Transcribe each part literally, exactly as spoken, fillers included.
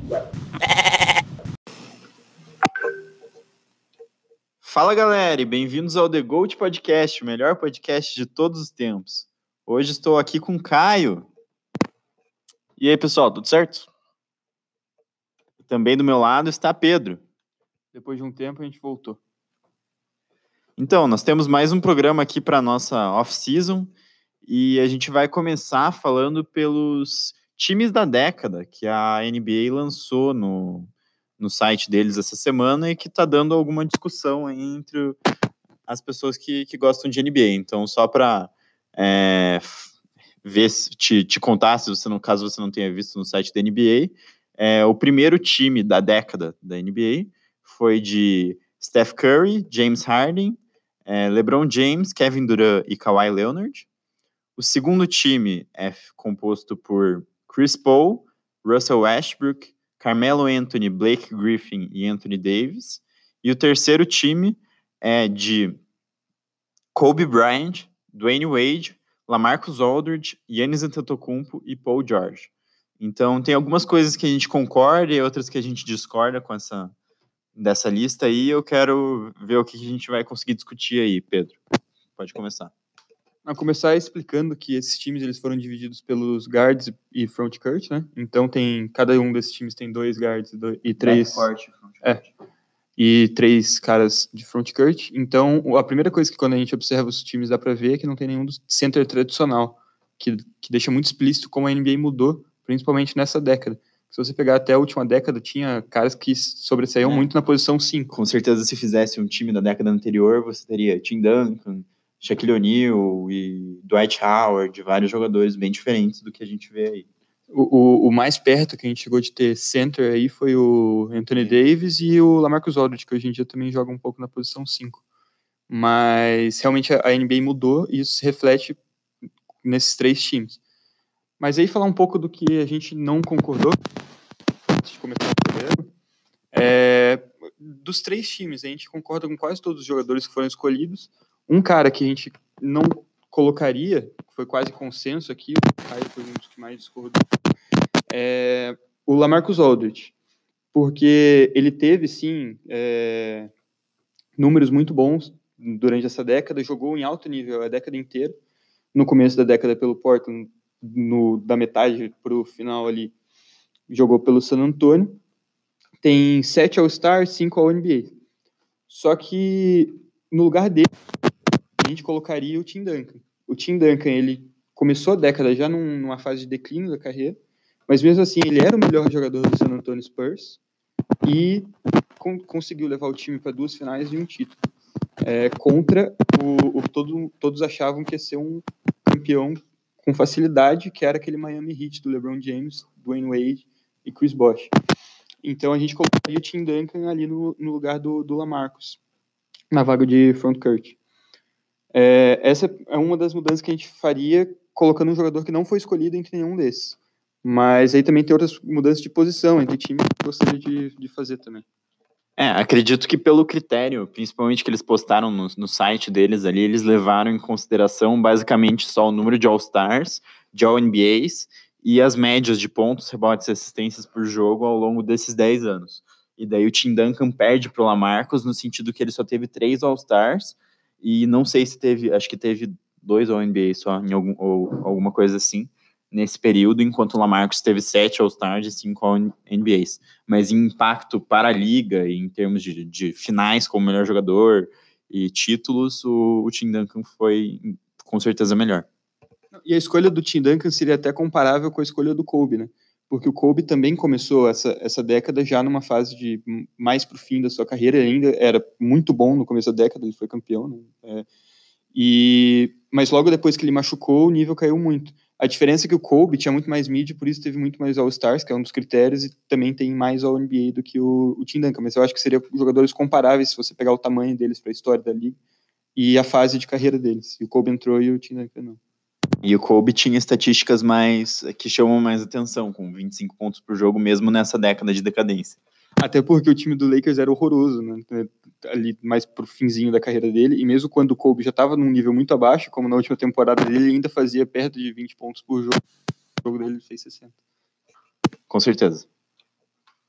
Fala galera, e bem-vindos ao The GOAT Podcast, o melhor podcast de todos os tempos. Hoje estou aqui com o Caio. E aí pessoal, tudo certo? E também do meu lado está Pedro. Depois de um tempo a gente voltou. Então, nós temos mais um programa aqui para a nossa off-season e a gente vai começar falando pelos times da década que a N B A lançou no, no site deles essa semana e que está dando alguma discussão aí entre as pessoas que, que gostam de N B A. Então, só para é, ver, te, te contar, se você, no caso você não tenha visto no site da N B A, é, o primeiro time da década da N B A foi de Steph Curry, James Harden, é, LeBron James, Kevin Durant e Kawhi Leonard. O segundo time é composto por Chris Paul, Russell Westbrook, Carmelo Anthony, Blake Griffin e Anthony Davis. E o terceiro time é de Kobe Bryant, Dwayne Wade, LaMarcus Aldridge, Giannis Antetokounmpo e Paul George. Então, tem algumas coisas que a gente concorda e outras que a gente discorda com essa dessa lista aí. Eu quero ver o que a gente vai conseguir discutir aí, Pedro. Pode começar. A começar explicando que esses times eles foram divididos pelos guards e frontcourt, né? Então tem cada um desses times tem dois guards e, dois, e três Backcourt, é, e três caras de frontcourt. Então a primeira coisa que quando a gente observa os times dá para ver é que não tem nenhum do center tradicional, que, que deixa muito explícito como a N B A mudou, principalmente nessa década. Se você pegar até a última década, tinha caras que sobressaíam é. muito na posição cinco. Com certeza, se fizesse um time da década anterior, você teria Tim Duncan, Shaquille O'Neal e Dwight Howard, vários jogadores bem diferentes do que a gente vê aí. O, o, o mais perto que a gente chegou de ter center aí foi o Anthony é. Davis e o LaMarcus Aldridge, que hoje em dia também joga um pouco na posição cinco. Mas realmente a N B A mudou e isso se reflete nesses três times. Mas aí falar um pouco do que a gente não concordou, antes de começar o programa, é, dos três times, a gente concorda com quase todos os jogadores que foram escolhidos. Um cara que a gente não colocaria, foi quase consenso aqui, o Caio foi um dos que mais discordou, é o LaMarcus Aldridge, porque ele teve, sim, é, números muito bons durante essa década, jogou em alto nível a década inteira, no começo da década pelo Portland, no, da metade para o final ali, jogou pelo San Antonio, tem sete All-Stars, cinco All N B A. Só que no lugar dele, a gente colocaria o Tim Duncan. O Tim Duncan, ele começou a década já num, numa fase de declínio da carreira, mas mesmo assim ele era o melhor jogador do San Antonio Spurs e com, conseguiu levar o time para duas finais e um título. É, contra o, o todo, todos achavam que ia ser um campeão com facilidade, que era aquele Miami Heat do LeBron James, Dwayne Wade e Chris Bosh. Então a gente colocaria o Tim Duncan ali no, no lugar do, do LaMarcus, na vaga de frontcourt. É, essa é uma das mudanças que a gente faria colocando um jogador que não foi escolhido entre nenhum desses. Mas aí também tem outras mudanças de posição entre times que eu gostaria de, de fazer também. É, acredito que pelo critério, principalmente que eles postaram no, no site deles ali, eles levaram em consideração basicamente só o número de All-Stars, de All N B As e as médias de pontos, rebotes e assistências por jogo ao longo desses dez anos. E daí o Tim Duncan perde pro LaMarcus no sentido que ele só teve três All-Stars e não sei se teve, acho que teve dois All N B A só, em algum, ou alguma coisa assim, nesse período, enquanto o LaMarcus teve sete All-Stars e cinco All N B As. Mas em impacto para a liga, e em termos de, de finais como melhor jogador e títulos, o, o Tim Duncan foi com certeza melhor. E a escolha do Tim Duncan seria até comparável com a escolha do Kobe, né? Porque o Kobe também começou essa, essa década já numa fase de mais pro fim da sua carreira, ele ainda era muito bom no começo da década, ele foi campeão, né? É, e, mas logo depois que ele machucou, o nível caiu muito. A diferença é que o Kobe tinha muito mais mídia, por isso teve muito mais All-Stars, que é um dos critérios, e também tem mais All N B A do que o, o Tim Duncan. Mas eu acho que seriam jogadores comparáveis se você pegar o tamanho deles para a história da liga e a fase de carreira deles. E o Kobe entrou e o Tim Duncan não. E o Kobe tinha estatísticas mais que chamam mais atenção, com vinte e cinco pontos por jogo, mesmo nessa década de decadência. Até porque o time do Lakers era horroroso, né? Ali mais pro finzinho da carreira dele, e mesmo quando o Kobe já estava num nível muito abaixo, como na última temporada dele, ele ainda fazia perto de vinte pontos por jogo. O jogo dele fez sessenta. Com certeza.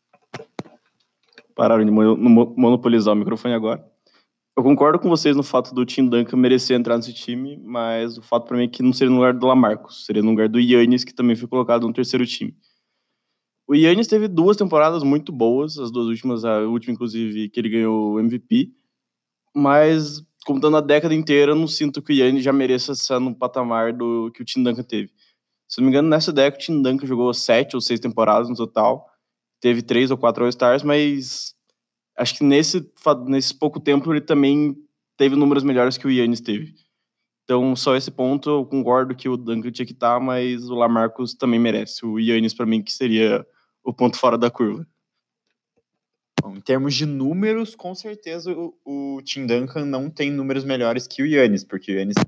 pararam de monopolizar o microfone agora. Eu concordo com vocês no fato do Tim Duncan merecer entrar nesse time, mas o fato para mim é que não seria no lugar do Lamarcus, seria no lugar do Giannis, que também foi colocado no terceiro time. O Giannis teve duas temporadas muito boas, as duas últimas, a última inclusive que ele ganhou o M V P, mas contando a década inteira, eu não sinto que o Giannis já mereça estar no patamar do que o Tim Duncan teve. Se não me engano, nessa década o Tim Duncan jogou sete ou seis temporadas no total, teve três ou quatro All-Stars, mas acho que nesse, nesse pouco tempo ele também teve números melhores que o Giannis teve. Então, só esse ponto, eu concordo que o Duncan tinha que estar, mas o Lamarcus também merece. O Giannis, para mim, que seria o ponto fora da curva. Bom, em termos de números, com certeza o, o Tim Duncan não tem números melhores que o Giannis, porque o Giannis...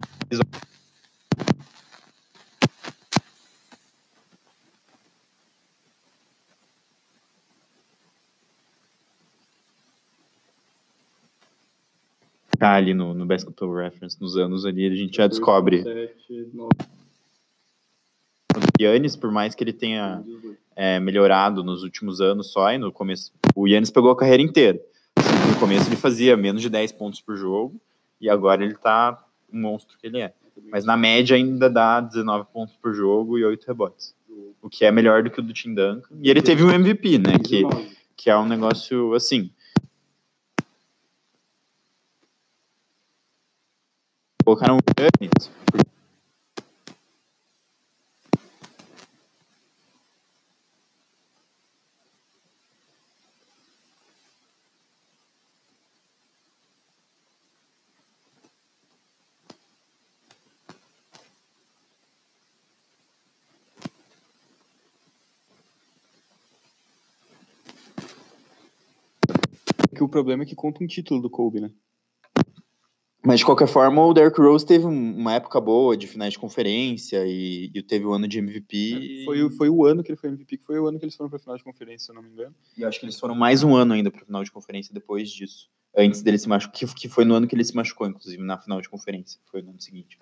Tá ali no, no Basketball Reference, nos anos ali, a gente já descobre. O Giannis, por mais que ele tenha é, melhorado nos últimos anos só, e no começo, o Giannis pegou a carreira inteira. No começo ele fazia menos de dez pontos por jogo, e agora ele tá um monstro que ele é. Mas na média ainda dá dezenove pontos por jogo e oito rebotes. O que é melhor do que o do Tim Duncan. E ele teve um M V P, né, que, que é um negócio assim... Colocaram o Giannis. Que o problema é que conta um título do Kobe, né? Mas, de qualquer forma, o Derrick Rose teve uma época boa de finais de conferência e, e teve o ano de M V P. É, foi, foi o ano que ele foi M V P, que foi o ano que eles foram para a final de conferência, se eu não me engano. E eu acho que eles foram mais um ano ainda para a final de conferência depois disso. Antes dele se machucar, que, que foi no ano que ele se machucou, inclusive, na final de conferência. Foi no ano seguinte.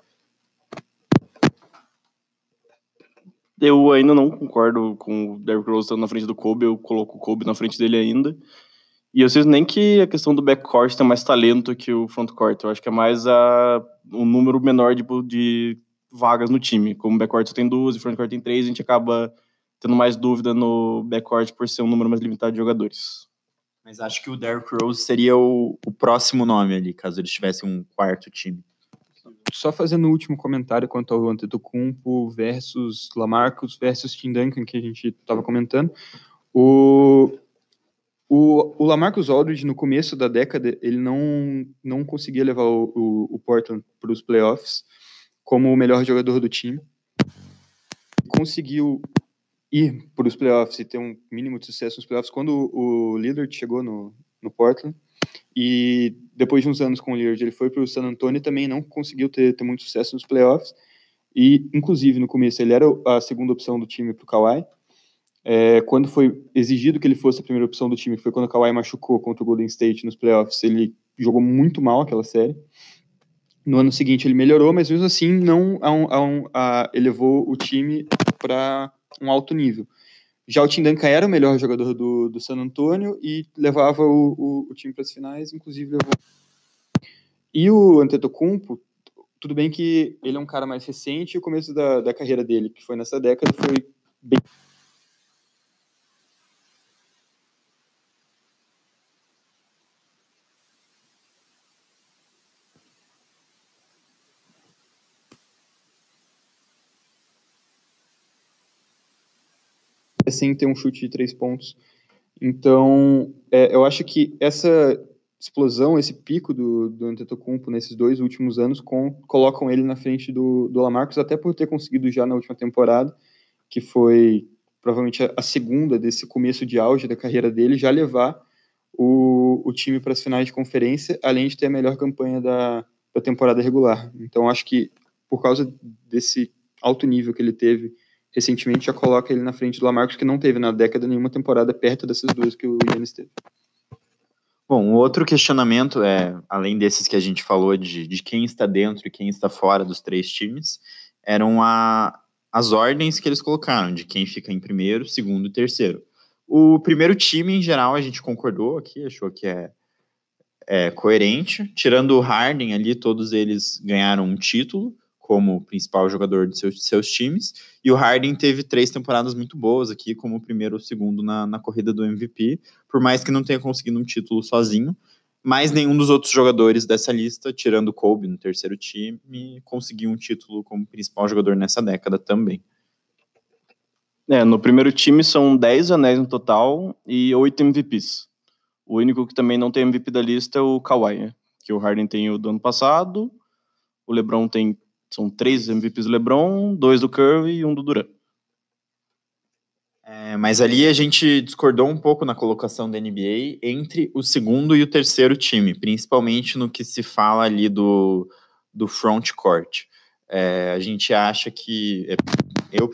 Eu ainda não concordo com o Derrick Rose estando na frente do Kobe, eu coloco o Kobe na frente dele ainda. E eu sei nem que a questão do backcourt tem mais talento que o frontcourt. Eu acho que é mais a, um número menor de, de vagas no time. Como o backcourt só tem duas e o frontcourt tem três, a gente acaba tendo mais dúvida no backcourt por ser um número mais limitado de jogadores. Mas acho que o Derrick Rose seria o, o próximo nome ali, caso eles tivessem um quarto time. Só fazendo o último comentário quanto ao Antetokounmpo versus Lamarcus versus Tim Duncan, que a gente estava comentando. O... O, o Lamarcus Aldridge, no começo da década, ele não, não conseguia levar o, o, o Portland para os playoffs como o melhor jogador do time. Conseguiu ir para os playoffs e ter um mínimo de sucesso nos playoffs quando o, o Lillard chegou no, no Portland. E depois de uns anos com o Lillard, ele foi para o San Antonio e também não conseguiu ter, ter muito sucesso nos playoffs. E, inclusive, no começo, ele era a segunda opção do time para o Kawhi. É, quando foi exigido que ele fosse a primeira opção do time, que foi quando o Kawhi machucou contra o Golden State nos playoffs, ele jogou muito mal aquela série. No ano seguinte ele melhorou, mas mesmo assim não a um, a um, a, elevou o time para um alto nível. Já o Tim Duncan era o melhor jogador do, do San Antonio e levava o, o, o time para as finais, inclusive levou. E o Antetokounmpo, tudo bem que ele é um cara mais recente e o começo da, da carreira dele, que foi nessa década, foi bem... sem ter um chute de três pontos. Então, é, eu acho que essa explosão, esse pico do, do Antetokounmpo nesses dois últimos anos com, colocam ele na frente do, do Lamarcus, até por ter conseguido já na última temporada, que foi provavelmente a, a segunda desse começo de auge da carreira dele, já levar o, o time para as finais de conferência, além de ter a melhor campanha da, da temporada regular. Então, acho que por causa desse alto nível que ele teve recentemente, já coloca ele na frente do Lamarcus, que não teve na década nenhuma temporada perto dessas duas que o Giannis teve. Bom, o outro questionamento é, além desses que a gente falou de, de quem está dentro e quem está fora dos três times, eram a, as ordens que eles colocaram, de quem fica em primeiro, segundo e terceiro. O primeiro time, em geral, a gente concordou aqui, achou que é, é coerente. Tirando o Harden ali, todos eles ganharam um título como principal jogador de seus, seus times. E o Harden teve três temporadas muito boas aqui, como o primeiro ou segundo na, na corrida do M V P, por mais que não tenha conseguido um título sozinho. Mas nenhum dos outros jogadores dessa lista, tirando o Kobe no terceiro time, conseguiu um título como principal jogador nessa década também. É, no primeiro time são dez anéis no total e oito M V Ps. O único que também não tem M V P da lista é o Kawhi, né? Que o Harden tem o do ano passado, o LeBron tem, são três M V Ps do LeBron, dois do Curry e um do Durant. É, mas ali a gente discordou um pouco na colocação da N B A entre o segundo e o terceiro time, principalmente no que se fala ali do, do front court. É, a gente acha que... Eu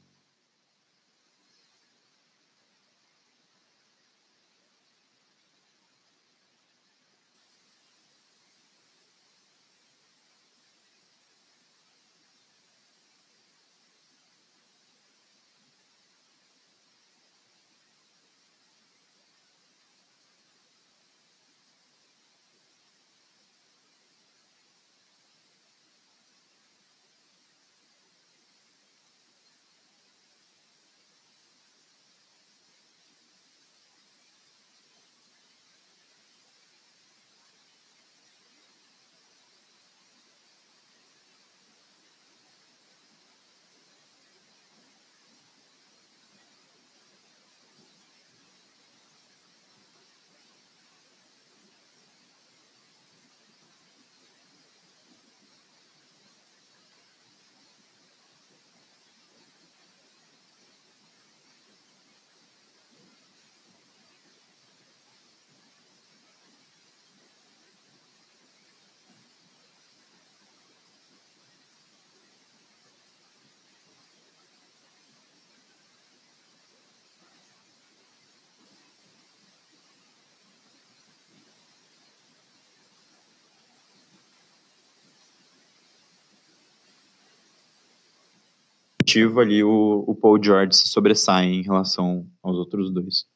ativo ali, o, o Paul George se sobressai em relação aos outros dois.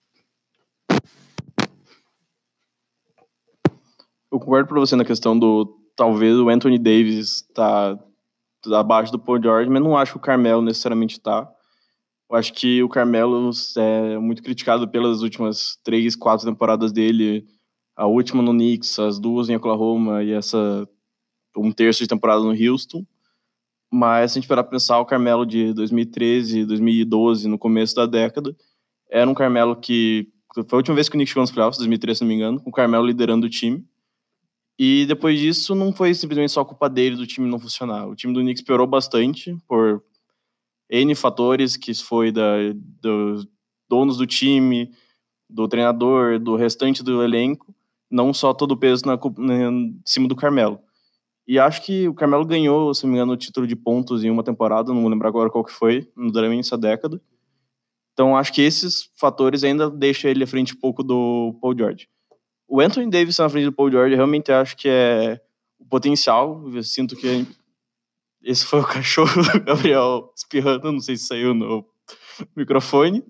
Eu concordo com você na questão do talvez o Anthony Davis tá abaixo do Paul George, mas não acho que o Carmelo necessariamente tá. Eu acho que o Carmelo é muito criticado pelas últimas três, quatro temporadas dele, a última no Knicks, as duas em Oklahoma e essa um terço de temporada no Houston. Mas se a gente parar pra pensar, o Carmelo de dois mil e treze, dois mil e doze, no começo da década, era um Carmelo que... Foi a última vez que o Knicks chegou nos playoffs, dois mil e treze, se não me engano, com o Carmelo liderando o time. E depois disso, não foi simplesmente só culpa dele do time não funcionar. O time do Knicks piorou bastante por N fatores, que foi da, dos donos do time, do treinador, do restante do elenco, não só todo o peso na, na, em cima do Carmelo. E acho que o Carmelo ganhou, se não me engano, o título de pontos em uma temporada, não vou lembrar agora qual que foi, no durante essa década. Então acho que esses fatores ainda deixam ele à frente um pouco do Paul George. O Anthony Davis na frente do Paul George, eu realmente acho que é o potencial. Eu sinto que esse foi o cachorro do Gabriel espirrando, não sei se saiu no microfone.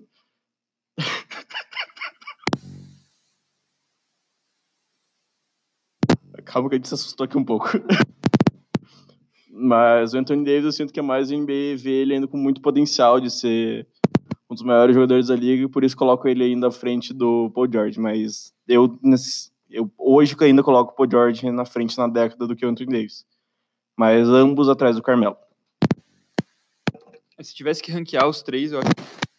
Calma que a gente se assustou aqui um pouco. Mas o Anthony Davis, eu sinto que é mais o N B A ver ele ainda com muito potencial de ser um dos maiores jogadores da liga, e por isso coloco ele ainda à frente do Paul George. Mas eu, eu hoje ainda coloco o Paul George na frente na década do que o Anthony Davis. Mas ambos atrás do Carmelo. Se tivesse que ranquear os três, eu acho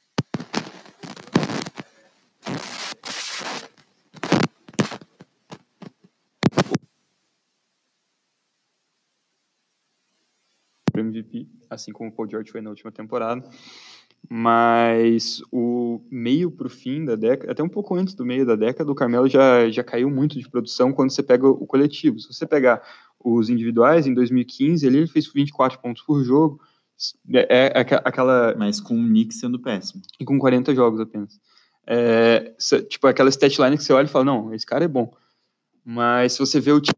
M V P, assim como o Paul George foi na última temporada. Mas o meio para o fim da década, até um pouco antes do meio da década, o Carmelo já, já caiu muito de produção quando você pega o coletivo. Se você pegar os individuais, em dois mil e quinze, ele fez vinte e quatro pontos por jogo. É, é aquela... Mas com o Knicks sendo péssimo. E com quarenta jogos apenas. É, tipo, aquela statline que você olha e fala, não, esse cara é bom. Mas se você vê o time...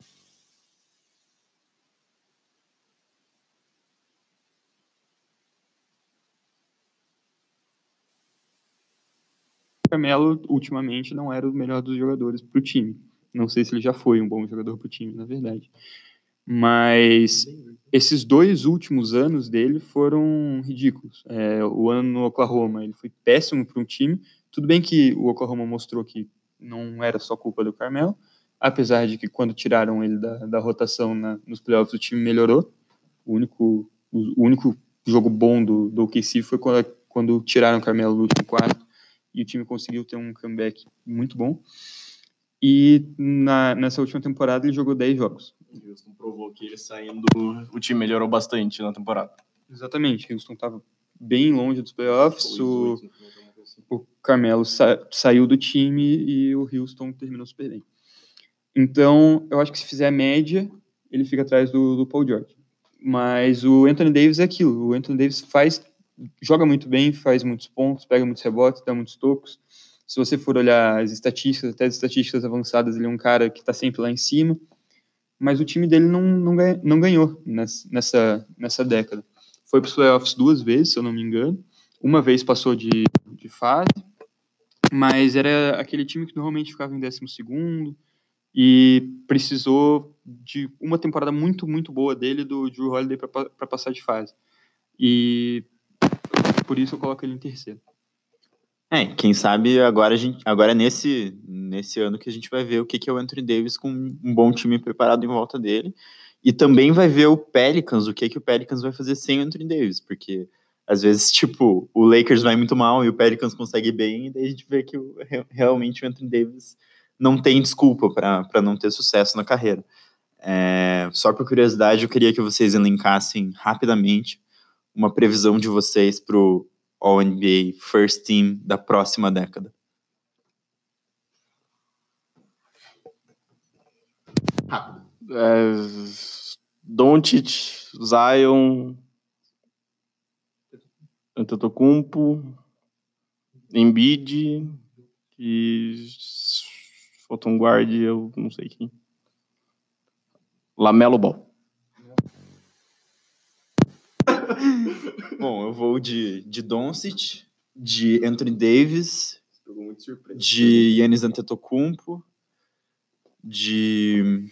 Carmelo, ultimamente, não era o melhor dos jogadores para o time. Não sei se ele já foi um bom jogador para o time, na verdade. Mas esses dois últimos anos dele foram ridículos. É, o ano no Oklahoma, ele foi péssimo para um time. Tudo bem que o Oklahoma mostrou que não era só culpa do Carmelo, apesar de que quando tiraram ele da, da rotação na, nos playoffs, o time melhorou. O único, o único jogo bom do, do O K C foi quando, quando tiraram o Carmelo no último quarto e o time conseguiu ter um comeback muito bom. E na, nessa última temporada ele jogou dez jogos. O Houston provou que ele saindo, o time melhorou bastante na temporada. Exatamente, o Houston estava bem longe dos playoffs, o, o Carmelo sa, saiu do time e o Houston terminou super bem. Então, eu acho que se fizer a média, ele fica atrás do, do Paul George. Mas o Anthony Davis é aquilo, o Anthony Davis faz, joga muito bem, faz muitos pontos, pega muitos rebotes, dá muitos tocos. Se você for olhar as estatísticas, até as estatísticas avançadas, ele é um cara que está sempre lá em cima, mas o time dele não, não, ganha, não ganhou nessa, nessa década. Foi para os playoffs duas vezes, se eu não me engano. Uma vez passou de, de fase, mas era aquele time que normalmente ficava em décimo segundo e precisou de uma temporada muito, muito boa dele, do Jrue Holiday, para passar de fase. E por isso eu coloco ele em terceiro. É, quem sabe agora, a gente, agora é nesse, nesse ano que a gente vai ver o que, que é o Anthony Davis com um bom time preparado em volta dele. E também vai ver o Pelicans, o que, que o Pelicans vai fazer sem o Anthony Davis. Porque, às vezes, tipo, o Lakers vai muito mal e o Pelicans consegue bem, e daí a gente vê que o, realmente o Anthony Davis não tem desculpa para não ter sucesso na carreira. É, só por curiosidade, eu queria que vocês elencassem rapidamente uma previsão de vocês pro All N B A First Team da próxima década. Rápido. É, Doncic, Zion, Antetokounmpo, Embiid e falta um guard, eu não sei quem. LaMelo Ball. Bom, eu vou de, de Doncic, de Anthony Davis, de Giannis Antetokounmpo, de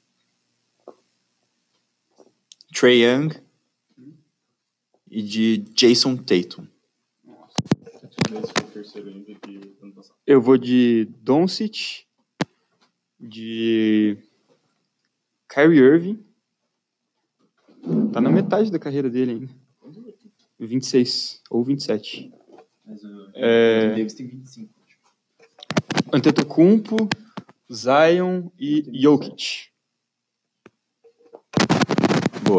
Trae Young e de Jason Tatum. Eu vou de Doncic, de Kyrie Irving. Tá na metade da carreira dele ainda. vinte e seis ou vinte e sete. Mas o É... Davis tem vinte e cinco. Antetokounmpo, Zion e Jokic. Boa.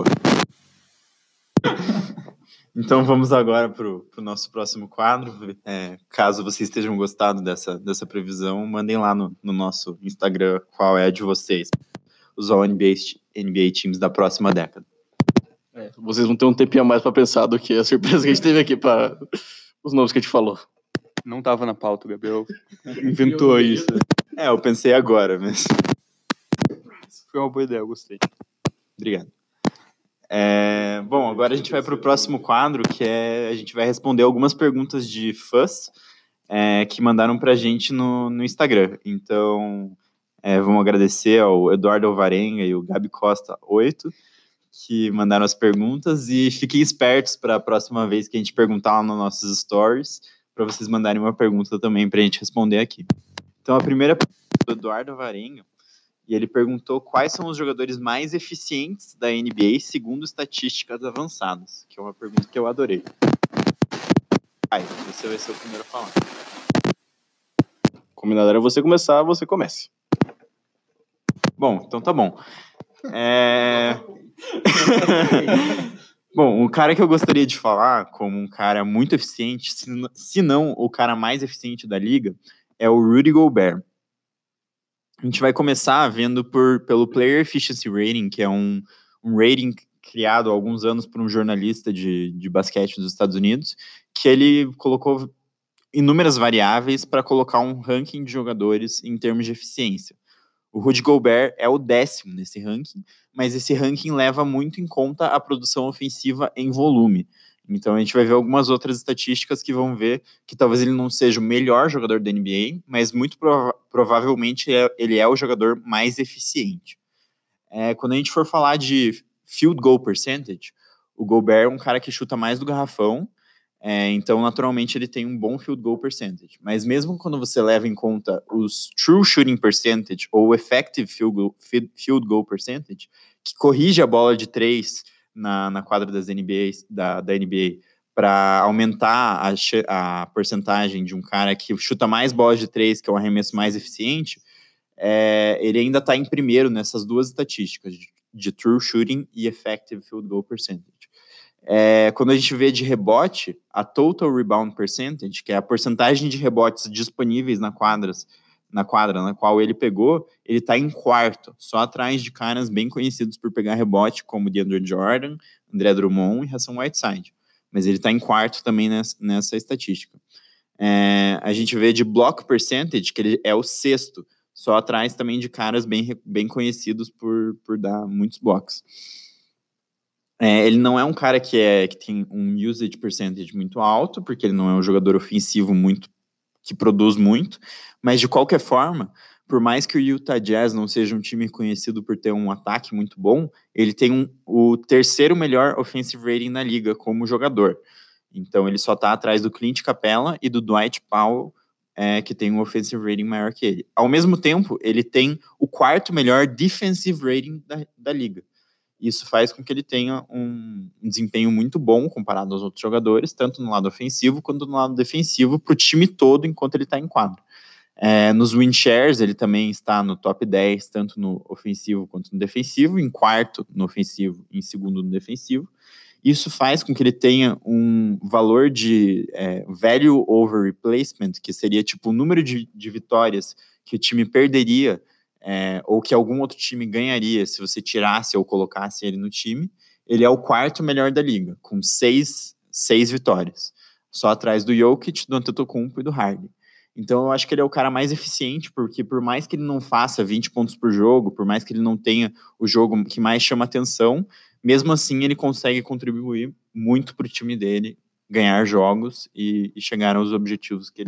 Então vamos agora para o nosso próximo quadro. É, caso vocês estejam gostando dessa, dessa previsão, mandem lá no, no nosso Instagram qual é a de vocês. Os All N B A, N B A Teams da próxima década. É, vocês vão ter um tempinho a mais para pensar do que a surpresa que a gente teve aqui para os nomes que a gente falou. Não tava na pauta, o Gabriel inventou isso. É, eu pensei agora, mas... Foi uma boa ideia, eu gostei. Obrigado. É, bom, agora a gente vai para o próximo quadro, que é... A gente vai responder algumas perguntas de fãs é, que mandaram para a gente no, no Instagram. Então, é, vamos agradecer ao Eduardo Alvarenga e o Gabi Costa oito, que mandaram as perguntas, e fiquem espertos para a próxima vez que a gente perguntar lá nos nossos stories, para vocês mandarem uma pergunta também para a gente responder aqui. Então, a primeira pergunta é do Eduardo Alvarenga, e ele perguntou quais são os jogadores mais eficientes da N B A segundo estatísticas avançadas, que é uma pergunta que eu adorei. Ai, você vai ser o primeiro a falar. Combinado era você começar, você comece. Bom, então tá bom. É... Bom, o cara que eu gostaria de falar como um cara muito eficiente, se não o cara mais eficiente da liga, é o Rudy Gobert. A gente vai começar vendo por, pelo Player Efficiency Rating, que é um, um rating criado há alguns anos por um jornalista de, de basquete dos Estados Unidos, que ele colocou inúmeras variáveis para colocar um ranking de jogadores em termos de eficiência. O Rudy Gobert é o décimo nesse ranking, mas esse ranking leva muito em conta a produção ofensiva em volume. Então a gente vai ver algumas outras estatísticas que vão ver que talvez ele não seja o melhor jogador da N B A, mas muito prova provavelmente é, ele é o jogador mais eficiente. É, quando a gente for falar de field goal percentage, o Gobert é um cara que chuta mais do garrafão, é, então naturalmente ele tem um bom field goal percentage. Mas mesmo quando você leva em conta os true shooting percentage ou effective field goal, field goal percentage, que corrige a bola de três na, na quadra das N B A, da, da N B A para aumentar a, a porcentagem de um cara que chuta mais bolas de três, que é o arremesso mais eficiente, é, ele ainda está em primeiro nessas duas estatísticas, de, de true shooting e effective field goal percentage. É, quando a gente vê de rebote, a total rebound percentage, que é a porcentagem de rebotes disponíveis na, quadras, na quadra na qual ele pegou, ele está em quarto, só atrás de caras bem conhecidos por pegar rebote, como DeAndre Jordan, André Drummond e Hassan Whiteside. Mas ele está em quarto também nessa, nessa estatística. É, a gente vê de block percentage, que ele é o sexto, só atrás também de caras bem, bem conhecidos por, por dar muitos blocos. É, ele não é um cara que, é, que tem um usage percentage muito alto, porque ele não é um jogador ofensivo muito que produz muito, mas de qualquer forma, por mais que o Utah Jazz não seja um time conhecido por ter um ataque muito bom, ele tem um, o terceiro melhor offensive rating na liga como jogador. Então ele só está atrás do Clint Capela e do Dwight Powell, é, que tem um offensive rating maior que ele. Ao mesmo tempo, ele tem o quarto melhor defensive rating da, da liga. Isso faz com que ele tenha um, um desempenho muito bom comparado aos outros jogadores, tanto no lado ofensivo quanto no lado defensivo, para o time todo enquanto ele está em quadro. É, nos win shares, ele também está no top dez, tanto no ofensivo quanto no defensivo, em quarto no ofensivo e em segundo no defensivo. Isso faz com que ele tenha um valor de é, value over replacement, que seria tipo o número de, de vitórias que o time perderia é, ou que algum outro time ganharia se você tirasse ou colocasse ele no time. Ele é o quarto melhor da liga, com seis, seis vitórias, só atrás do Jokic, do Antetokounmpo e do Harden. Então eu acho que ele é o cara mais eficiente, porque por mais que ele não faça vinte pontos por jogo, por mais que ele não tenha o jogo que mais chama atenção, mesmo assim ele consegue contribuir muito para o time dele ganhar jogos e, e chegar aos objetivos que ele...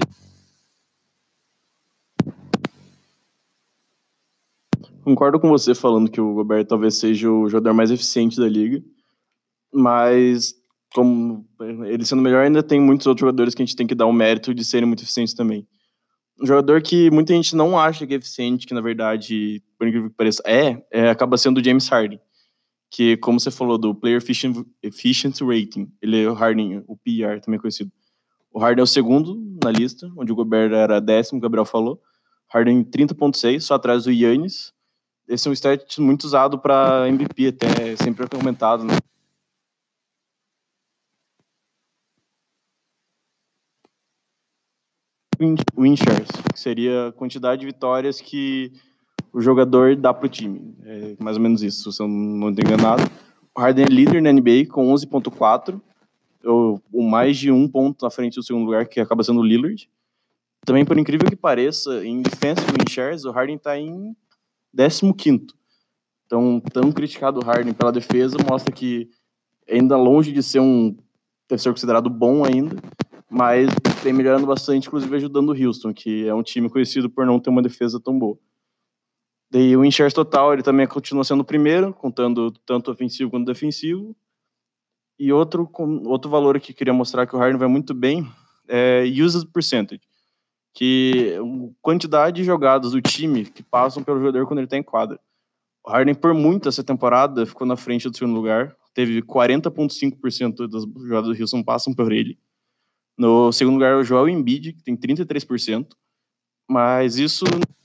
Concordo com você falando que o Gobert talvez seja o jogador mais eficiente da liga, mas como ele sendo melhor, ainda tem muitos outros jogadores que a gente tem que dar o mérito de serem muito eficientes também. Um jogador que muita gente não acha que é eficiente, que na verdade, por incrível que pareça, é, é acaba sendo o James Harden, que, como você falou, do Player Efficiency Rating, ele é o Harden, o P R, também conhecido. O Harden é o segundo na lista, onde o Gobert era décimo, o Gabriel falou. Harden trinta ponto seis, só atrás do Giannis. Esse é um stat muito usado para M V P, até sempre é comentado, né? Win shares, que seria a quantidade de vitórias que o jogador dá pro time. É mais ou menos isso, se eu não estou enganado. O Harden é líder na N B A com onze ponto quatro, ou, ou mais de um ponto à frente do segundo lugar, que acaba sendo o Lillard. Também, por incrível que pareça, em defensive win shares, o Harden está em décimo quinto. Então, tão criticado o Harden pela defesa, mostra que ainda longe de ser um deve ser considerado bom ainda, mas vem melhorando bastante, inclusive ajudando o Houston, que é um time conhecido por não ter uma defesa tão boa. Daí o win shares total, ele também continua sendo o primeiro, contando tanto ofensivo quanto defensivo. E outro, outro valor que eu queria mostrar que o Harden vai muito bem é usage percentage, que é a quantidade de jogadas do time que passam pelo jogador quando ele está em quadra. O Harden, por muito essa temporada, ficou na frente do segundo lugar. Teve quarenta vírgula cinco por cento das jogadas do Houston passam por ele. No segundo lugar, o Joel Embiid, que tem trinta e três por cento. Mas isso...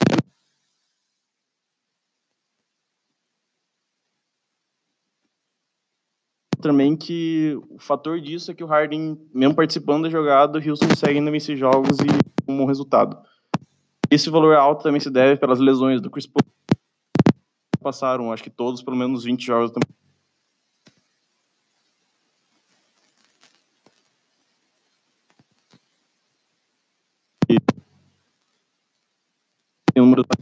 também que o fator disso é que o Harden, mesmo participando da jogada, o Houston segue ainda vencer jogos e com um bom resultado. Esse valor alto também se deve pelas lesões do Chris Paul. Passaram, acho que todos, pelo menos vinte jogos também. E o número...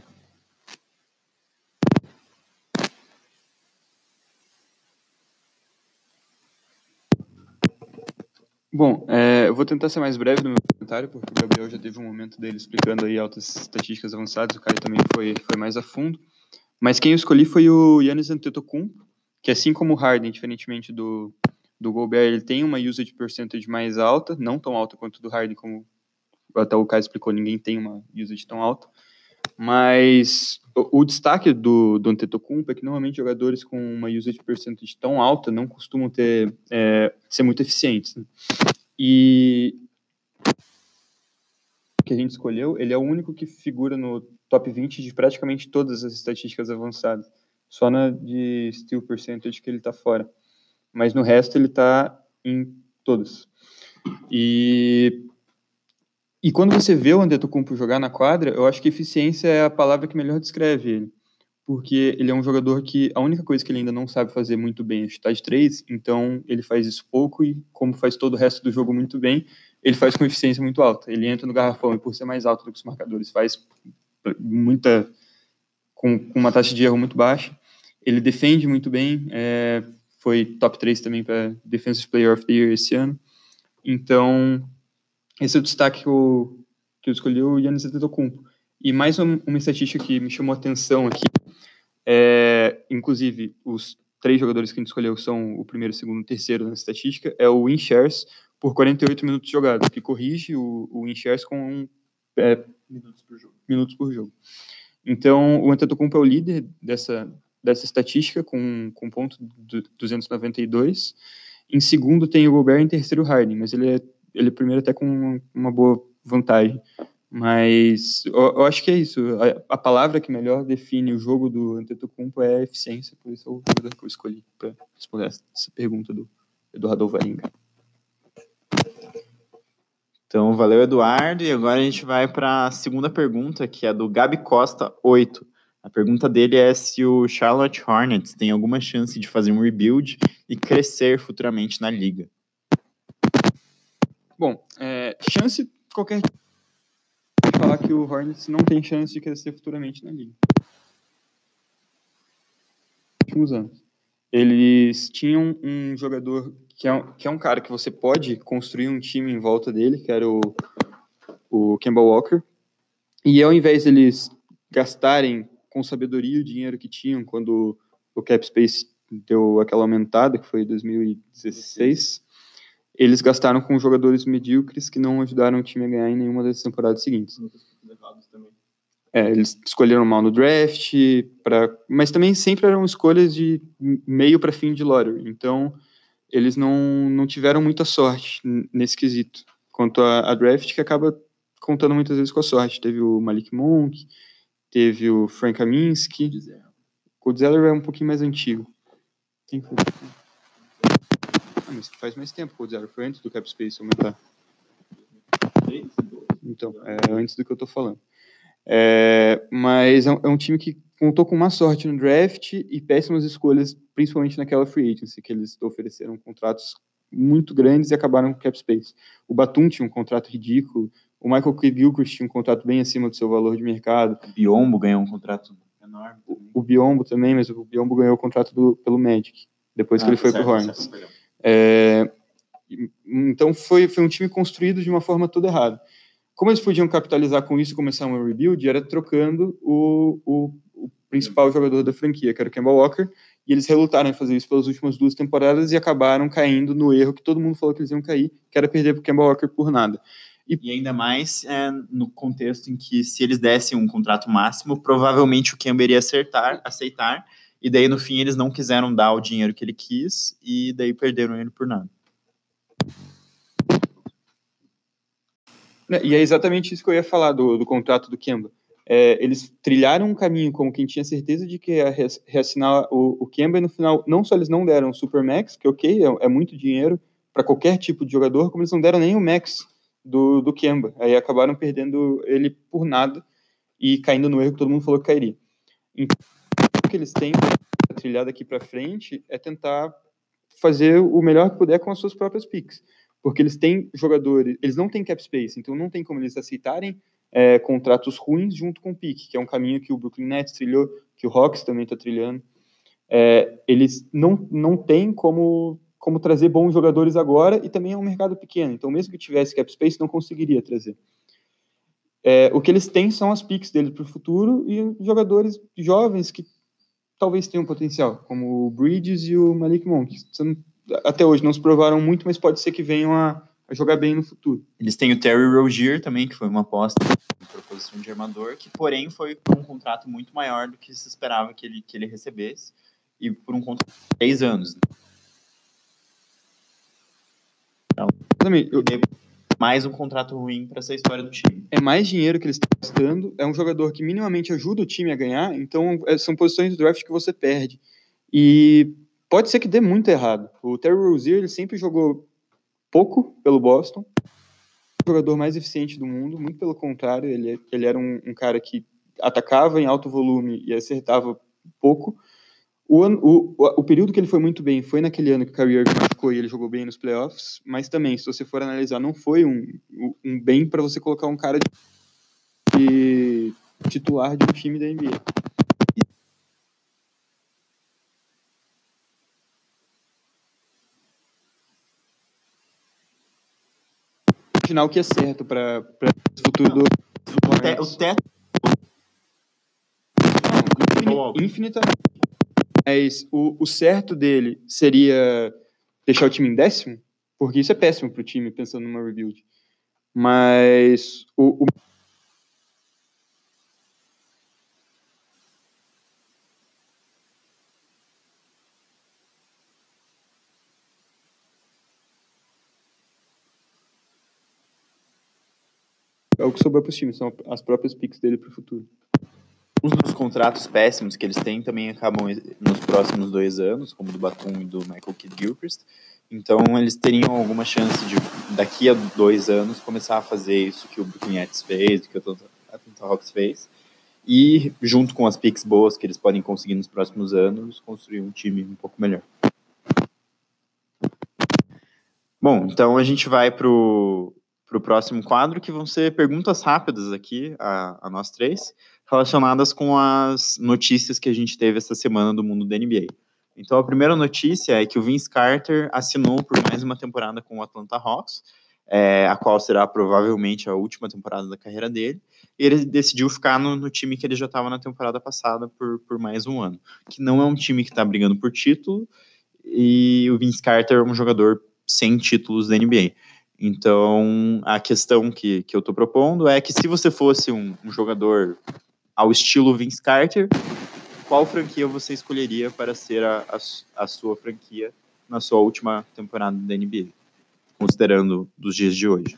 Bom, é, eu vou tentar ser mais breve no meu comentário, porque o Gabriel já teve um momento dele explicando aí altas estatísticas avançadas, o Caio também foi, foi mais a fundo. Mas quem eu escolhi foi o Giannis Antetokounmpo, que assim como o Harden, diferentemente do, do Gobert, ele tem uma usage percentage mais alta, não tão alta quanto do Harden, como até o Caio explicou, ninguém tem uma usage tão alta. Mas o, o destaque do, do Antetokounmpo é que normalmente jogadores com uma usage percentage tão alta não costumam ter, é, ser muito eficientes, né? E o que a gente escolheu, ele é o único que figura no top vinte de praticamente todas as estatísticas avançadas. Só na de steal percentage que ele está fora. Mas no resto ele está em todas. E, e quando você vê o Antetokounmpo jogar na quadra, eu acho que eficiência é a palavra que melhor descreve ele. Porque ele é um jogador que a única coisa que ele ainda não sabe fazer muito bem é chutar de três, então ele faz isso pouco e, como faz todo o resto do jogo muito bem, ele faz com eficiência muito alta. Ele entra no garrafão e, por ser mais alto do que os marcadores, faz muita, com, com uma taxa de erro muito baixa. Ele defende muito bem, é, foi top três também para Defensive Player of the Year esse ano. Então, esse é o destaque que eu, que eu escolhi, o Giannis Antetokounmpo. E mais uma, uma estatística que me chamou a atenção aqui, é, inclusive, os três jogadores que a gente escolheu são o primeiro, segundo e terceiro na estatística, é o win shares por quarenta e oito minutos jogados, que corrige o, o win shares com é, minutos por jogo. Minutos por jogo. Então, o Antetokounmpo é o líder dessa, dessa estatística, com, com ponto duzentos e noventa e dois. Em segundo tem o Gobert, em terceiro o Harden, mas ele é, ele é primeiro até com uma boa vantagem. Mas eu, eu acho que é isso. A, a palavra que melhor define o jogo do Antetokounmpo é a eficiência, por isso é o jogador que eu escolhi para responder essa, essa pergunta do Eduardo Alvarenga. Então, valeu, Eduardo. E agora a gente vai para a segunda pergunta, que é do Gabi Costa, oito. A pergunta dele é se o Charlotte Hornets tem alguma chance de fazer um rebuild e crescer futuramente na liga. Bom, é, chance qualquer falar que o Hornets não tem chance de crescer futuramente na liga. Nos últimos anos. Eles tinham um jogador que é, um, que é um cara que você pode construir um time em volta dele, que era o, o Kemba Walker. E ao invés deles gastarem com sabedoria o dinheiro que tinham quando o cap space deu aquela aumentada, que foi em dois mil e dezesseis, eles gastaram com jogadores medíocres que não ajudaram o time a ganhar em nenhuma das temporadas seguintes. É, eles escolheram mal no draft, pra, mas também sempre eram escolhas de meio para fim de lottery. Então, eles não, não tiveram muita sorte nesse quesito. Quanto a, a draft, que acaba contando muitas vezes com a sorte. Teve o Malik Monk, teve o Frank Kaminsky. O Zeller é um pouquinho mais antigo. Quem foi? Ah, mas faz mais tempo que o Zeller. Foi antes do cap space aumentar. Então, é antes do que eu tô falando. É, mas é um, é um time que contou com má sorte no draft e péssimas escolhas, principalmente naquela free agency, que eles ofereceram contratos muito grandes e acabaram com cap space. O Batum tinha um contrato ridículo, o Michael Kidd-Gilchrist tinha um contrato bem acima do seu valor de mercado. O Biombo ganhou um contrato enorme. O, o Biombo também, mas o Biombo ganhou o contrato do, pelo Magic, depois ah, que ele foi certo, pro Hornets. Certo, é, então foi, foi um time construído de uma forma toda errada. Como eles podiam capitalizar com isso e começar um rebuild, era trocando o, o, o principal jogador da franquia, que era o Kemba Walker, e eles relutaram em fazer isso pelas últimas duas temporadas e acabaram caindo no erro que todo mundo falou que eles iam cair, que era perder pro Kemba Walker por nada. E, e ainda mais é, no contexto em que, se eles dessem um contrato máximo, provavelmente o Kemba iria acertar, aceitar, e daí no fim eles não quiseram dar o dinheiro que ele quis, e daí perderam ele por nada. E é exatamente isso que eu ia falar do, do contrato do Kemba. É, eles trilharam um caminho como quem tinha certeza de que ia reassinar o, o Kemba, e no final, não só eles não deram o Supermax, que ok, é, é muito dinheiro para qualquer tipo de jogador, como eles não deram nem o Max do, do Kemba. Aí acabaram perdendo ele por nada e caindo no erro que todo mundo falou que cairia. Então, o que eles têm trilhado aqui para frente é tentar fazer o melhor que puder com as suas próprias picks. Porque eles têm jogadores, eles não têm cap space, então não tem como eles aceitarem é, contratos ruins junto com o pick, que é um caminho que o Brooklyn Nets trilhou, que o Hawks também está trilhando. É, eles não, não têm como como trazer bons jogadores agora, e também é um mercado pequeno, então mesmo que tivesse cap space, não conseguiria trazer. É, o que eles têm são as picks deles para o futuro e jogadores jovens que talvez tenham potencial, como o Bridges e o Malik Monk. Não, até hoje não se provaram muito, mas pode ser que venham a, a jogar bem no futuro. Eles têm o Terry Rozier também, que foi uma aposta em proposição de armador, que porém foi por um contrato muito maior do que se esperava que ele, que ele recebesse, e por um contrato de três anos. Também, eu, mais um contrato ruim para essa história do time. É mais dinheiro que eles estão gastando, é um jogador que minimamente ajuda o time a ganhar, então é, são posições do draft que você perde. E pode ser que dê muito errado. O Terry Rozier, ele sempre jogou pouco pelo Boston, o jogador mais eficiente do mundo, muito pelo contrário, ele, ele era um, um cara que atacava em alto volume e acertava pouco. O, o, o período que ele foi muito bem foi naquele ano que o Kyrie Irving machucou e ele jogou bem nos playoffs, mas também, se você for analisar, não foi um, um bem para você colocar um cara de, de titular de um time da N B A. Imaginar o que é certo para o futuro do... O, te, o teto... Não, infinitamente. Mas o, o certo dele seria deixar o time em décimo, porque isso é péssimo para o time, pensando numa rebuild. Mas o, o... é o que sobrou para o time, são as próprias picks dele para o futuro. Os dos contratos péssimos que eles têm também acabam nos próximos dois anos, como o do Batum e do Michael Kidd-Gilchrist. Então, eles teriam alguma chance de, daqui a dois anos, começar a fazer isso que o Brooklyn Nets fez, que o Atlanta Hawks fez, e, junto com as picks boas que eles podem conseguir nos próximos anos, construir um time um pouco melhor. Bom, então a gente vai para o próximo quadro, que vão ser perguntas rápidas aqui, a, a nós três, relacionadas com as notícias que a gente teve essa semana do mundo da N B A. Então, a primeira notícia é que o Vince Carter assinou por mais uma temporada com o Atlanta Hawks, é, a qual será provavelmente a última temporada da carreira dele, e ele decidiu ficar no, no time que ele já estava na temporada passada por, por mais um ano, que não é um time que está brigando por título, e o Vince Carter é um jogador sem títulos da N B A. Então, a questão que, que eu estou propondo é que se você fosse um, um jogador ao estilo Vince Carter, qual franquia você escolheria para ser a, a, a sua franquia na sua última temporada da N B A, considerando dos dias de hoje?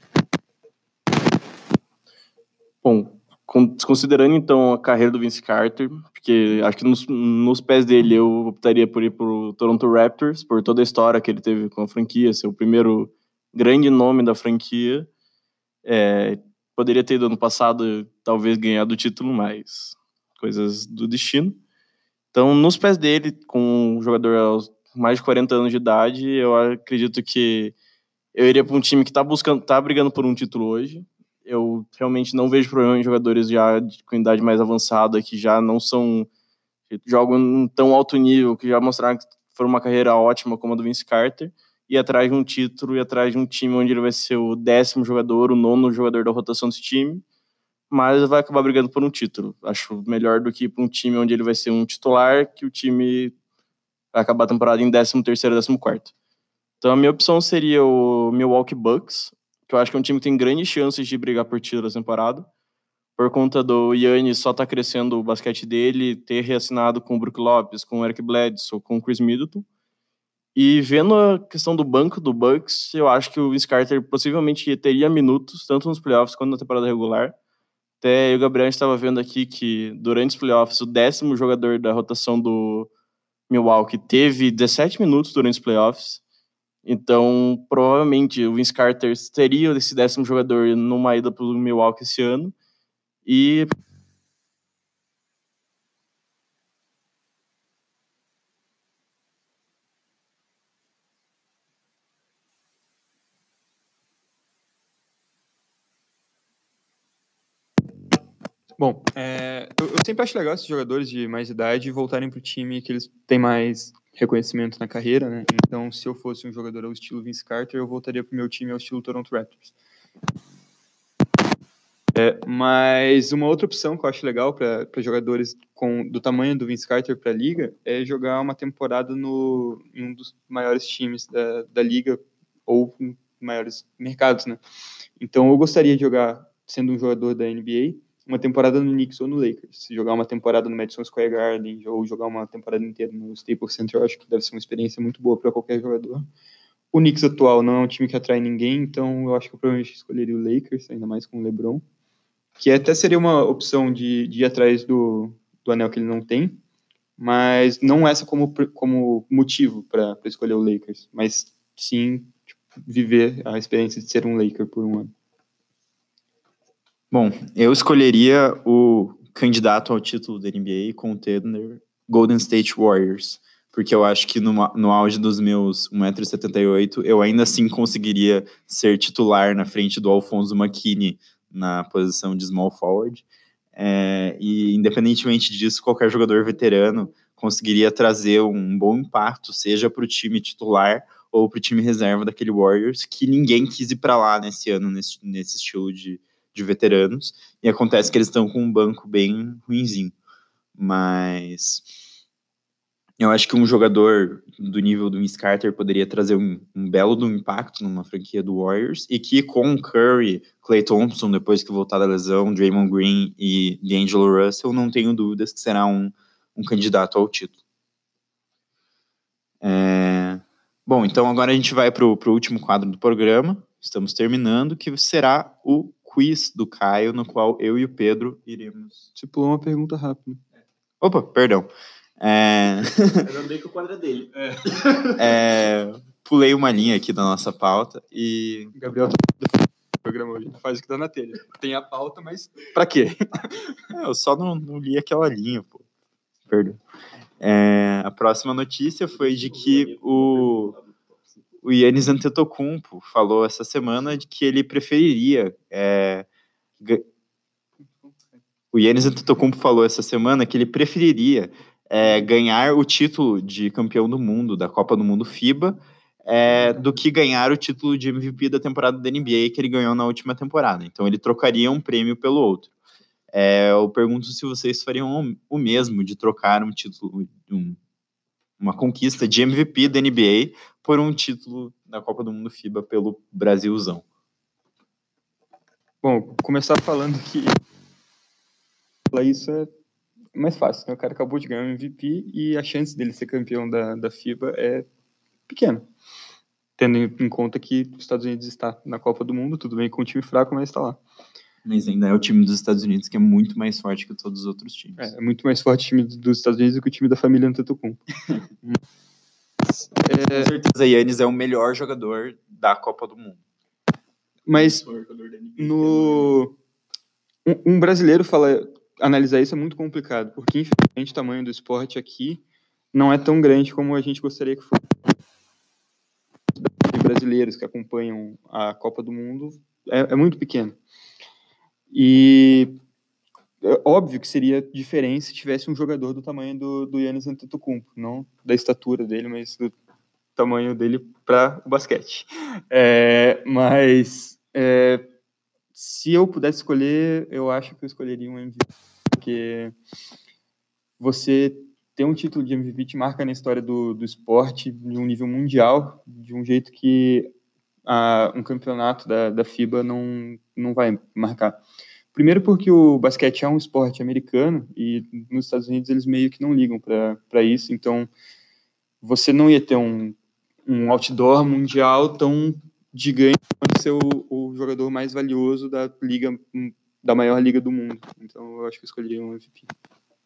Bom, considerando então a carreira do Vince Carter, porque acho que nos, nos pés dele eu optaria por ir para o Toronto Raptors, por toda a história que ele teve com a franquia, ser o primeiro grande nome da franquia. É, poderia ter ido ano passado, talvez ganhado o título, mas coisas do destino. Então, nos pés dele, com um jogador aos mais de quarenta anos de idade, eu acredito que eu iria para um time que está buscando, tá brigando por um título hoje. Eu realmente não vejo problema em jogadores já com idade mais avançada, que já não são, jogam em tão alto nível, que já mostraram que foram uma carreira ótima como a do Vince Carter, e atrás de um título, e atrás de um time onde ele vai ser o décimo jogador, o nono jogador da rotação desse time, mas vai acabar brigando por um título. Acho melhor do que ir para um time onde ele vai ser um titular, que o time vai acabar a temporada em décimo terceiro, décimo quarto. Então a minha opção seria o Milwaukee Bucks, que eu acho que é um time que tem grandes chances de brigar por título essa temporada, por conta do Giannis só tá crescendo o basquete dele, ter reassinado com o Brook Lopes, com o Eric Bledsoe, com o Chris Middleton. E vendo a questão do banco do Bucks, eu acho que o Vince Carter possivelmente teria minutos, tanto nos playoffs quanto na temporada regular. Até eu e o Gabriel estava vendo aqui que durante os playoffs o décimo jogador da rotação do Milwaukee teve dezessete minutos durante os playoffs. Então, provavelmente o Vince Carter teria esse décimo jogador numa ida pelo Milwaukee esse ano. E Bom, é, eu, eu sempre acho legal esses jogadores de mais idade voltarem para o time que eles têm mais reconhecimento na carreira, né? Então, se eu fosse um jogador ao estilo Vince Carter, eu voltaria pro meu time ao estilo Toronto Raptors. É, mas uma outra opção que eu acho legal para jogadores com, do tamanho do Vince Carter para a liga é jogar uma temporada no, em um dos maiores times da, da liga ou em maiores mercados, né? Então eu gostaria de jogar, sendo um jogador da N B A, uma temporada no Knicks ou no Lakers. Jogar uma temporada no Madison Square Garden ou jogar uma temporada inteira no Staples Center, eu acho que deve ser uma experiência muito boa para qualquer jogador. O Knicks atual não é um time que atrai ninguém, então eu acho que eu provavelmente escolheria o Lakers, ainda mais com o LeBron, que até seria uma opção de, de ir atrás do, do anel que ele não tem, mas não essa como, como motivo para escolher o Lakers, mas sim tipo, viver a experiência de ser um Laker por um ano. Bom, eu escolheria o candidato ao título da N B A, contender Golden State Warriors, porque eu acho que no, no auge dos meus um metro e setenta e oito, eu ainda assim conseguiria ser titular na frente do Alfonso McKinney na posição de small forward, é, e independentemente disso, qualquer jogador veterano conseguiria trazer um bom impacto, seja para o time titular ou para o time reserva daquele Warriors, que ninguém quis ir para lá nesse ano, nesse, nesse estilo de, de veteranos, e acontece que eles estão com um banco bem ruinzinho, mas eu acho que um jogador do nível do Vince Carter poderia trazer um, um belo do impacto numa franquia do Warriors, e que com Curry, Klay Thompson, depois que voltar da lesão, Draymond Green e D'Angelo Russell, não tenho dúvidas que será um, um candidato ao título. É... Bom, então agora a gente vai para o último quadro do programa, estamos terminando, que será o quiz do Caio, no qual eu e o Pedro iremos... Você pulou uma pergunta rápida. Opa, perdão. É... Eu lembrei que o quadro é dele. É. É... Pulei uma linha aqui da nossa pauta e... O Gabriel tá no programa hoje, faz o que tá na telha. Tem a pauta, mas pra quê? É, eu só não, não li aquela linha, pô. Perdão. É... A próxima notícia foi de que o... o Giannis Antetokounmpo falou essa semana de que ele preferiria... É... O Giannis Antetokounmpo falou essa semana que ele preferiria é, ganhar o título de campeão do mundo, da Copa do Mundo FIBA, é, do que ganhar o título de M V P da temporada da N B A que ele ganhou na última temporada. Então ele trocaria um prêmio pelo outro. É, eu pergunto se vocês fariam o mesmo de trocar um título, um, uma conquista de M V P da N B A por um título da Copa do Mundo FIBA pelo Brasilzão. Bom, começar falando que isso é mais fácil, né? O cara acabou de ganhar o M V P e a chance dele ser campeão da, da FIBA é pequena, tendo em conta que os Estados Unidos está na Copa do Mundo, tudo bem com um time fraco, mas está lá. Mas ainda é o time dos Estados Unidos que é muito mais forte que todos os outros times. É, é muito mais forte o time dos Estados Unidos do que o time da família Antetokounmpo. é... Com certeza, Giannis é o melhor jogador da Copa do Mundo. Mas no... um, um brasileiro fala... analisar isso é muito complicado, porque infelizmente o tamanho do esporte aqui não é tão grande como a gente gostaria que fosse. Os brasileiros que acompanham a Copa do Mundo é, é muito pequeno. E é óbvio que seria diferente se tivesse um jogador do tamanho do, do Giannis Antetokounmpo, não da estatura dele, mas do tamanho dele para o basquete. É, mas é, se eu pudesse escolher, eu acho que eu escolheria um M V P, porque você ter um título de M V P te marca na história do, do esporte de um nível mundial, de um jeito que a, um campeonato da, da FIBA não, não vai marcar. Primeiro porque o basquete é um esporte americano e nos Estados Unidos eles meio que não ligam para isso, então você não ia ter um, um outdoor mundial tão gigante quanto ser o, o jogador mais valioso da liga, da maior liga do mundo. Então eu acho que eu escolheria um M V P.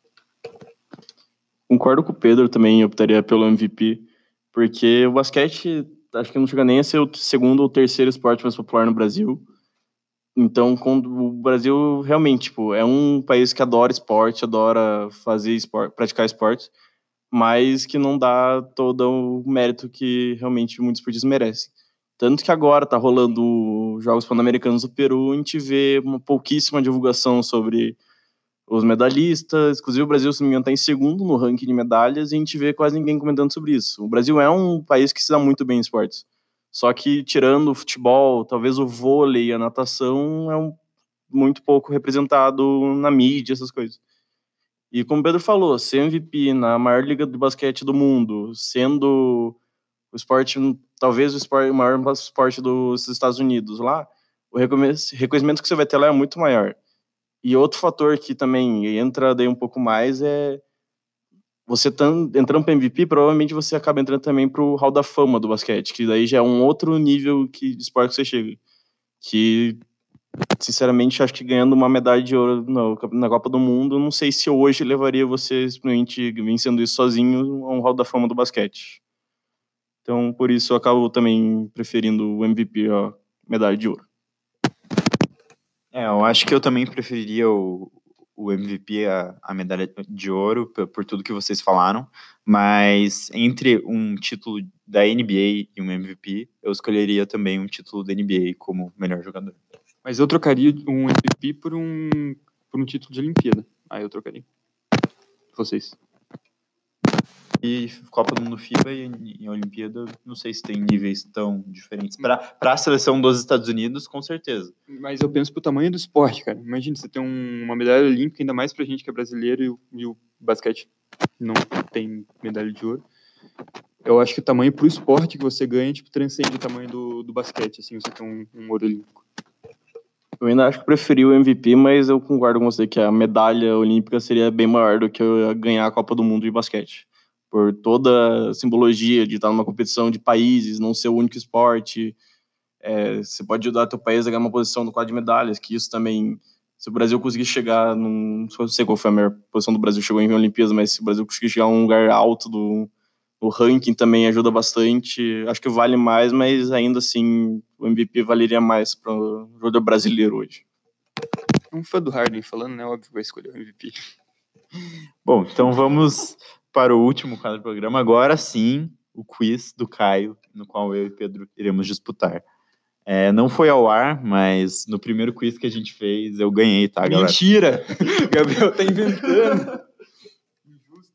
Concordo com o Pedro também, eu optaria pelo M V P, porque o basquete acho que não chega nem a ser o segundo ou terceiro esporte mais popular no Brasil. Então, quando o Brasil realmente tipo, é um país que adora esporte, adora fazer esporte, praticar esporte, mas que não dá todo o mérito que realmente muitos esportistas merecem. Tanto que agora tá rolando os Jogos Pan-Americanos do Peru, a gente vê uma pouquíssima divulgação sobre os medalhistas. Inclusive o Brasil, se não me engano, está em segundo no ranking de medalhas e a gente vê quase ninguém comentando sobre isso. O Brasil é um país que se dá muito bem em esportes. Só que tirando o futebol, talvez o vôlei e a natação é um, muito pouco representado na mídia, essas coisas. E como o Pedro falou, ser M V P na maior liga de basquete do mundo, sendo o esporte, talvez o, esporte, o maior esporte dos Estados Unidos lá, o reconhecimento que você vai ter lá é muito maior. E outro fator que também entra daí um pouco mais é você tão, entrando para M V P, provavelmente você acaba entrando também para o Hall da Fama do basquete, que daí já é um outro nível que, de esporte que você chega. Que, sinceramente, acho que ganhando uma medalha de ouro na, na Copa do Mundo, não sei se hoje levaria você simplesmente vencendo isso sozinho a um Hall da Fama do basquete. Então, por isso, eu acabo também preferindo o M V P, a medalha de ouro. É, eu acho que eu também preferiria o, o M V P, a, a medalha de ouro, por, por tudo que vocês falaram, mas entre um título da N B A e um M V P, eu escolheria também um título da N B A como melhor jogador. Mas eu trocaria um M V P por um, por um título de Olimpíada. Aí eu trocaria. Vocês. E Copa do Mundo FIBA e, e Olimpíada, não sei se tem níveis tão diferentes. Para a seleção dos Estados Unidos, com certeza. Mas eu penso pro tamanho do esporte, cara. Imagina, você tem um, uma medalha olímpica, ainda mais pra gente que é brasileiro e o, e o basquete não tem medalha de ouro. Eu acho que o tamanho pro esporte que você ganha, tipo, transcende o tamanho do, do basquete, assim, você tem um, um ouro olímpico. Eu ainda acho que preferi o M V P, mas eu concordo com você que a medalha olímpica seria bem maior do que eu ganhar a Copa do Mundo de basquete. Por toda a simbologia de estar numa competição de países, não ser o único esporte. É, você pode ajudar teu país a ganhar uma posição no quadro de medalhas, que isso também, se o Brasil conseguir chegar num, não sei qual foi a melhor posição do Brasil, chegou em Olimpíadas, mas se o Brasil conseguir chegar a um lugar alto do, do ranking também ajuda bastante. Acho que vale mais, mas ainda assim o M V P valeria mais para o jogador brasileiro hoje. Um fã do Harden falando, né? Óbvio que vai escolher o M V P. Bom, então vamos para o último quadro do programa. Agora sim, o quiz do Caio, no qual eu e Pedro iremos disputar. É, não foi ao ar, mas no primeiro quiz que a gente fez, eu ganhei, tá, galera? Mentira! Gabriel tá inventando. Injusto.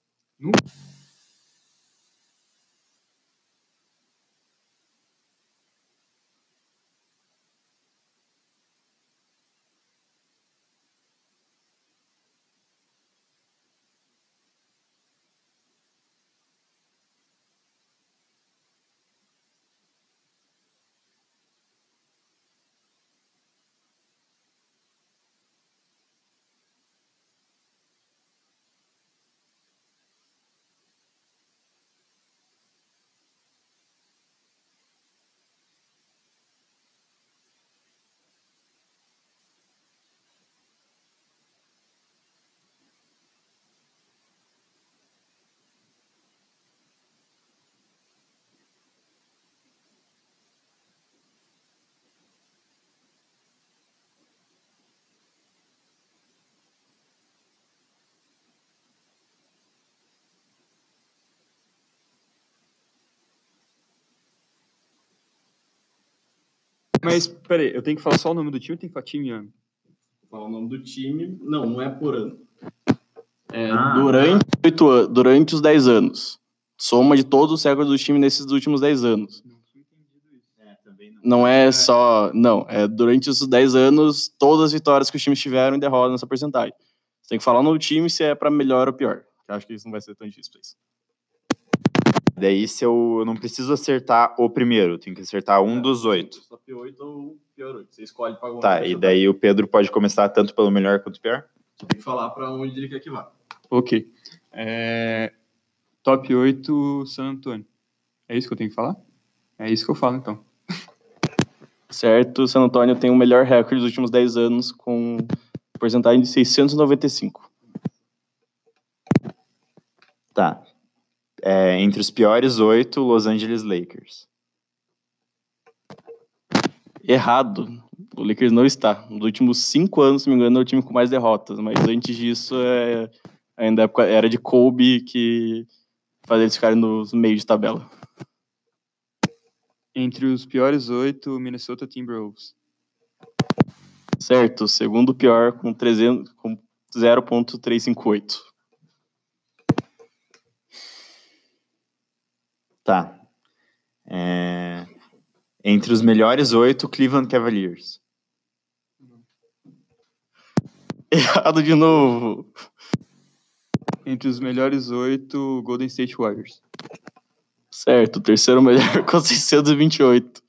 Mas, peraí, eu tenho que falar só o nome do time ou tem que falar time e ano? Falar o nome do time, não, não é por ano. É Ah. durante, oito anos, durante os dez anos. Soma de todos os recordes do time nesses últimos dez anos. É, também não. Não é só... Não, é durante esses dez anos, todas as vitórias que os times tiveram e derrotas nessa porcentagem. Você tem que falar no time se é pra melhor ou pior. Eu acho que isso não vai ser tão difícil pra isso. Daí, se eu, eu não preciso acertar o primeiro, eu tenho que acertar um É, dos oito. Só pior oito ou pior oito. Você escolhe pra onde Tá, vai e chutar. daí o Pedro pode começar tanto pelo melhor quanto pelo pior? Você tem que falar pra onde ele quer que vá. Ok. É... Top oito, San Antonio. É isso que eu tenho que falar? É isso que eu falo, então. Certo, o San Antonio tem o melhor recorde dos últimos dez anos com porcentagem de seiscentos e noventa e cinco. Tá. É, entre os piores oito, Los Angeles Lakers. Errado. O Lakers não está. Nos últimos cinco anos, se não me engano, é o time com mais derrotas. Mas antes disso, é... ainda era de Kobe que fazia eles ficarem nos meios de tabela. Entre os piores oito, Minnesota Timberwolves. Certo, segundo pior, com, trezentos, com zero ponto trezentos e cinquenta e oito. Tá. É, Entre os melhores oito, Cleveland Cavaliers. Errado de novo. Entre os melhores oito, Golden State Warriors. Certo, o terceiro melhor com seiscentos e vinte e oito.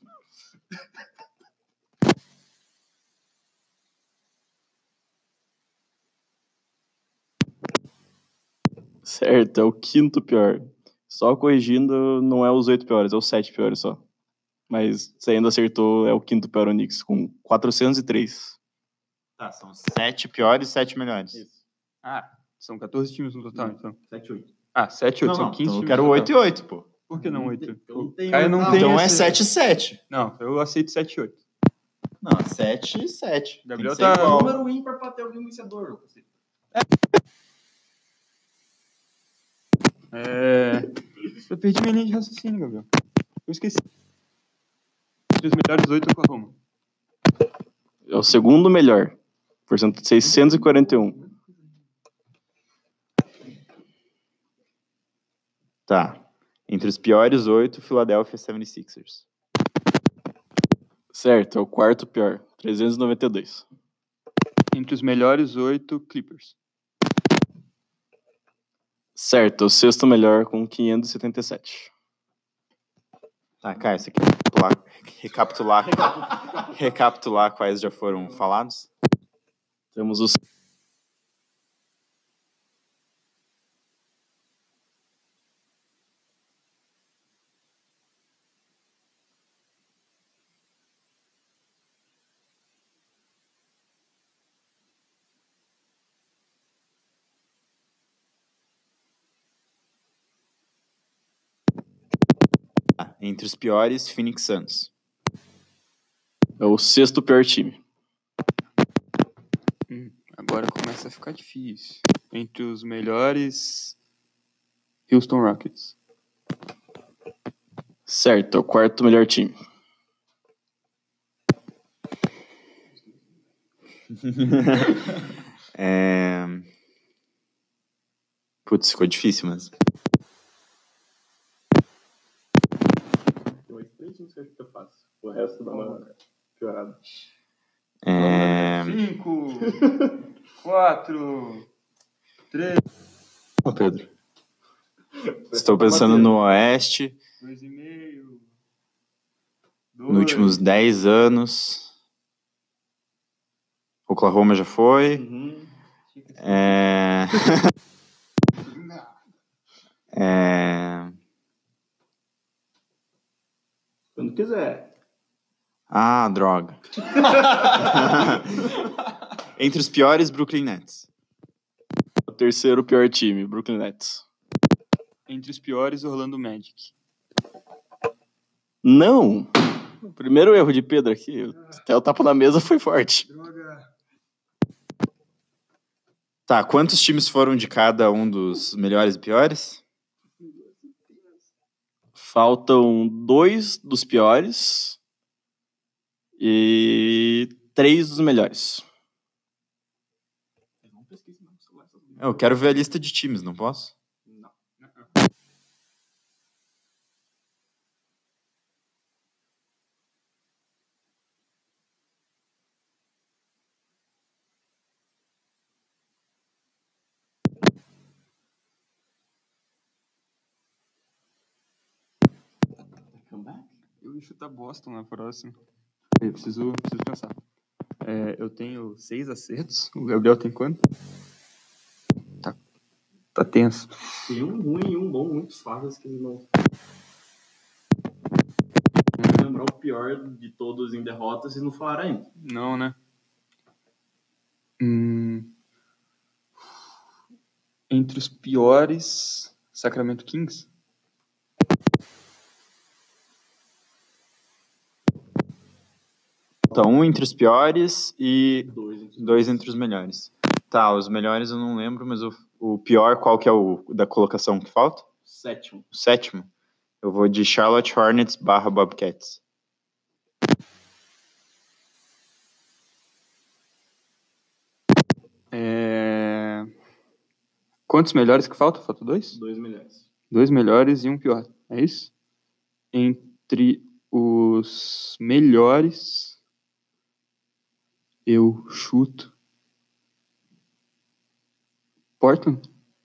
Certo, é o quinto pior. Só corrigindo, não é os oito piores, é os sete piores só. Mas você ainda acertou, é o quinto pior o Knicks, com quatrocentos e três. Tá, são sete piores e sete melhores. Isso. Ah, são catorze times no total, então. sete, oito. Ah, sete, oito, Não, são não, quinze então eu times quero no oito e total. oito, pô. Por que não oito? Eu não O tenho- Caio não não, tem Então é esse- sete e sete. Não, eu aceito sete e oito. Não, sete e sete. Gabriel Tem que ser tá- igual. Número ímpar pra ter algum vencedor. É... Eu perdi minha linha de raciocínio, Gabriel. Eu esqueci. Entre os melhores oito, Oklahoma. É o segundo melhor. Porcento seiscentos e quarenta e um. Tá. Entre os piores oito, Philadelphia setenta e seis ers. Certo, é o quarto pior. trezentos e noventa e dois. Entre os melhores oito, Clippers. Certo, é o sexto melhor com quinhentos e setenta e sete. Tá, Caio, você quer recapitular, recapitular, recapitular quais já foram falados? Temos os Tá, entre os piores, Phoenix Suns. é o sexto pior time. Hum, agora começa a ficar difícil. Entre os melhores, Houston Rockets. Certo, é o quarto melhor time. É... Putz, ficou difícil, mas... Tem três times que acho que é fácil. O resto dá uma piorada. É... Cinco, quatro, três, Ô, Pedro. Estou pensando no Oeste, dois e meio, nos últimos dez anos. Oklahoma já foi. Uhum. É... é... Quando quiser. Ah, droga. Entre os piores, Brooklyn Nets. O terceiro pior time, Brooklyn Nets. Entre os piores, Orlando Magic. Não! O primeiro erro de Pedro aqui, até o tapa na mesa foi forte. Droga. Tá, quantos times foram de cada um dos melhores e piores? Faltam dois dos piores e três dos melhores. Eu quero ver a lista de times, não posso? Eu ia chutar Boston na próxima. Eu preciso, preciso pensar. É, eu tenho seis acertos. O Gabriel tem quanto? Tá, tá tenso. Tem um ruim e um bom, muitos fáceis que não. Vou lembrar o pior de todos em derrotas e não falaram ainda. Não, né? Hum... Entre os piores, Sacramento Kings. Tá, um entre os piores e Dois. Entre os dois entre os melhores. Tá, os melhores eu não lembro, mas o, o pior, qual que é o da colocação que falta? Sétimo. O sétimo? Eu vou de Charlotte Hornets barra Bobcats. É... Quantos melhores que faltam? Falta dois? Dois melhores. Dois melhores e um pior. É isso? Entre os melhores, eu chuto Portland.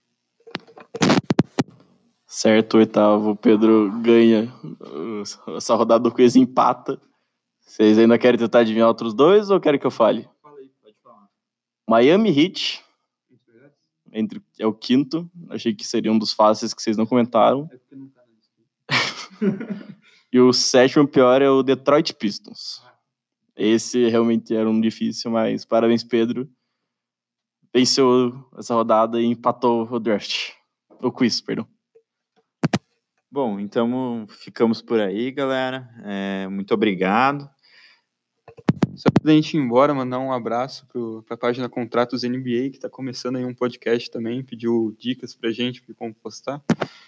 Certo, oitavo. O Pedro ganha. Uh, Essa rodada do quiz empata. Vocês ainda querem tentar adivinhar outros dois ou querem que eu fale? Fala aí, pode falar. Miami Heat. Entre, é o quinto. Achei que seria um dos fáceis que vocês não comentaram. É porque não tá na E o sétimo pior é o Detroit Pistons. Esse realmente era um difícil, mas parabéns, Pedro. Venceu essa rodada e empatou o draft. O quiz, perdão. Bom, então ficamos por aí, galera. É, muito obrigado. Só antes da gente ir embora, mandar um abraço para a página Contratos N B A, que está começando aí um podcast também, pediu dicas pra gente de como postar.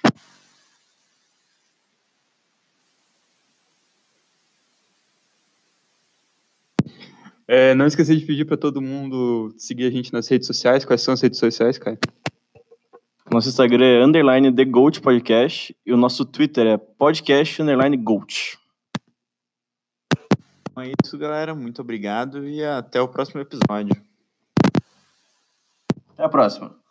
É, não esquecer de pedir para todo mundo seguir a gente nas redes sociais. Quais são as redes sociais, Caio? Nosso Instagram é underline The Goat Podcast e o nosso Twitter é podcast underline Goat. Então é isso, galera. Muito obrigado e até o próximo episódio. Até a próxima.